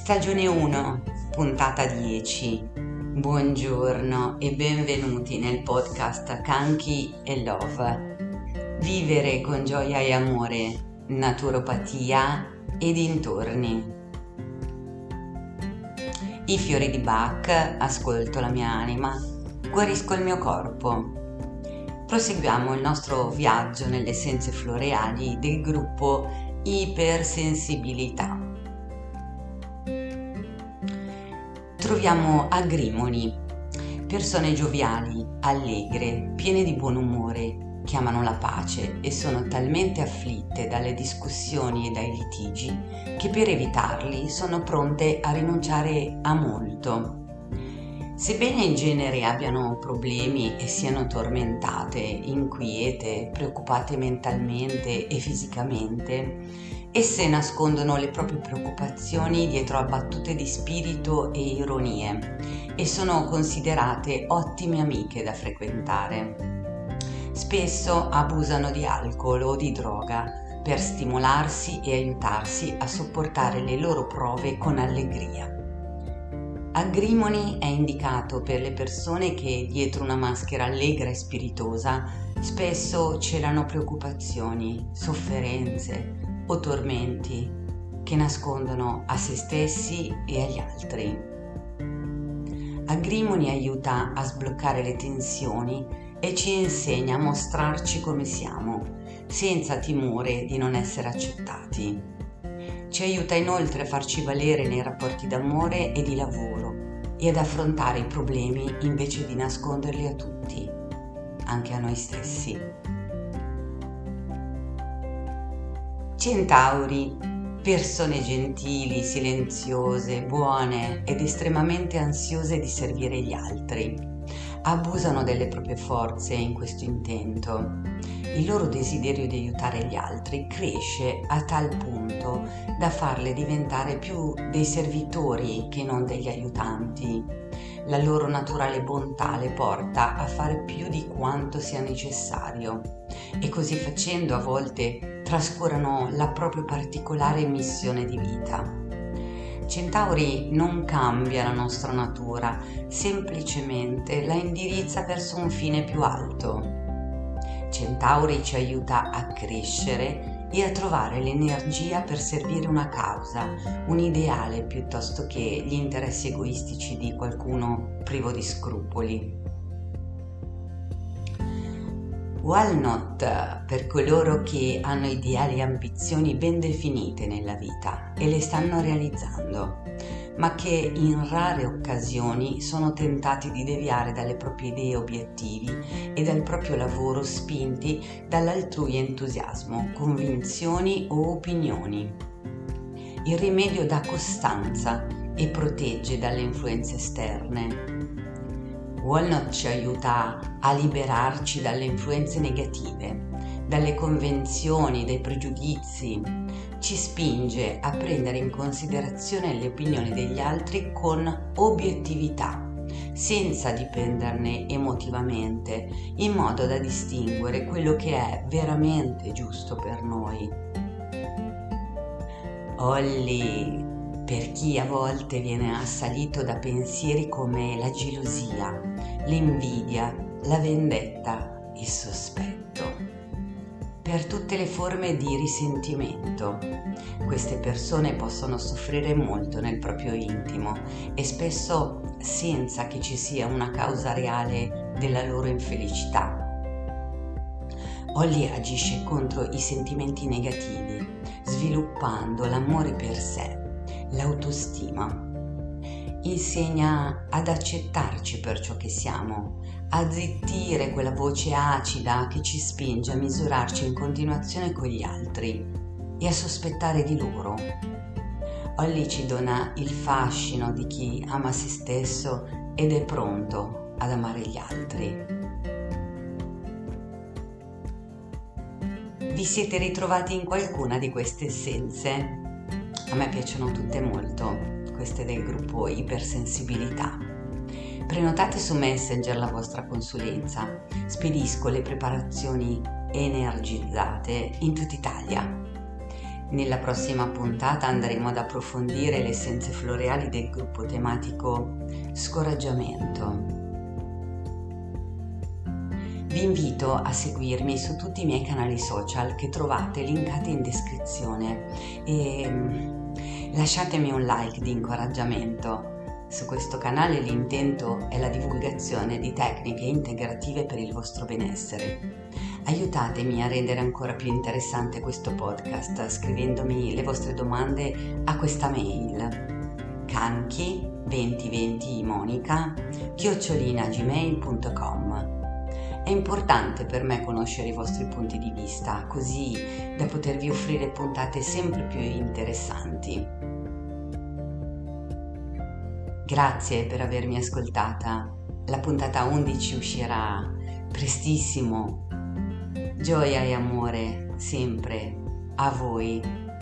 Stagione 1, puntata 10. Buongiorno e benvenuti nel podcast Kanki e Love. Vivere con gioia e amore, naturopatia e dintorni. I fiori di Bach, ascolto la mia anima, guarisco il mio corpo. Proseguiamo il nostro viaggio nelle essenze floreali del gruppo Ipersensibilità. Troviamo agrimoni, persone gioviali, allegre, piene di buon umore, che amano la pace e sono talmente afflitte dalle discussioni e dai litigi che per evitarli sono pronte a rinunciare a molto. Sebbene in genere abbiano problemi e siano tormentate, inquiete, preoccupate mentalmente e fisicamente, esse nascondono le proprie preoccupazioni dietro a battute di spirito e ironie e sono considerate ottime amiche da frequentare. Spesso abusano di alcol o di droga per stimolarsi e aiutarsi a sopportare le loro prove con allegria. Agrimoni è indicato per le persone che dietro una maschera allegra e spiritosa spesso celano preoccupazioni, sofferenze o tormenti che nascondono a se stessi e agli altri. Agrimoni aiuta a sbloccare le tensioni e ci insegna a mostrarci come siamo, senza timore di non essere accettati. Ci aiuta inoltre a farci valere nei rapporti d'amore e di lavoro e ad affrontare i problemi invece di nasconderli a tutti, anche a noi stessi. Centauri, persone gentili, silenziose, buone ed estremamente ansiose di servire gli altri. Abusano delle proprie forze in questo intento. Il loro desiderio di aiutare gli altri cresce a tal punto da farle diventare più dei servitori che non degli aiutanti. La loro naturale bontà le porta a fare più di quanto sia necessario e così facendo a volte trascurano la propria particolare missione di vita. Centauri non cambia la nostra natura, semplicemente la indirizza verso un fine più alto. Centauri ci aiuta a crescere e a trovare l'energia per servire una causa, un ideale piuttosto che gli interessi egoistici di qualcuno privo di scrupoli. Walnut per coloro che hanno ideali e ambizioni ben definite nella vita e le stanno realizzando, ma che in rare occasioni sono tentati di deviare dalle proprie idee e obiettivi e dal proprio lavoro spinti dall'altrui entusiasmo, convinzioni o opinioni. Il rimedio dà costanza e protegge dalle influenze esterne. Walnut ci aiuta a liberarci dalle influenze negative, dalle convenzioni, dai pregiudizi. Ci spinge a prendere in considerazione le opinioni degli altri con obiettività, senza dipenderne emotivamente, in modo da distinguere quello che è veramente giusto per noi. Holly, per chi a volte viene assalito da pensieri come la gelosia, l'invidia, la vendetta, il sospetto. Per tutte le forme di risentimento. Queste persone possono soffrire molto nel proprio intimo e spesso senza che ci sia una causa reale della loro infelicità. Holly agisce contro i sentimenti negativi, sviluppando l'amore per sé, l'autostima. Insegna ad accettarci per ciò che siamo, a zittire quella voce acida che ci spinge a misurarci in continuazione con gli altri e a sospettare di loro. Holly ci dona il fascino di chi ama se stesso ed è pronto ad amare gli altri. Vi siete ritrovati in qualcuna di queste essenze? A me piacciono tutte molto, queste del gruppo Ipersensibilità. Prenotate su Messenger la vostra consulenza, spedisco le preparazioni energizzate in tutta Italia. Nella prossima puntata andremo ad approfondire le essenze floreali del gruppo tematico Scoraggiamento. Vi invito a seguirmi su tutti i miei canali social che trovate linkati in descrizione e lasciatemi un like di incoraggiamento. Su questo canale l'intento è la divulgazione di tecniche integrative per il vostro benessere. Aiutatemi a rendere ancora più interessante questo podcast scrivendomi le vostre domande a questa mail canchi2020monica@gmail.com. È importante per me conoscere i vostri punti di vista, così da potervi offrire puntate sempre più interessanti. Grazie per avermi ascoltata. La puntata 11 uscirà prestissimo. Gioia e amore sempre a voi.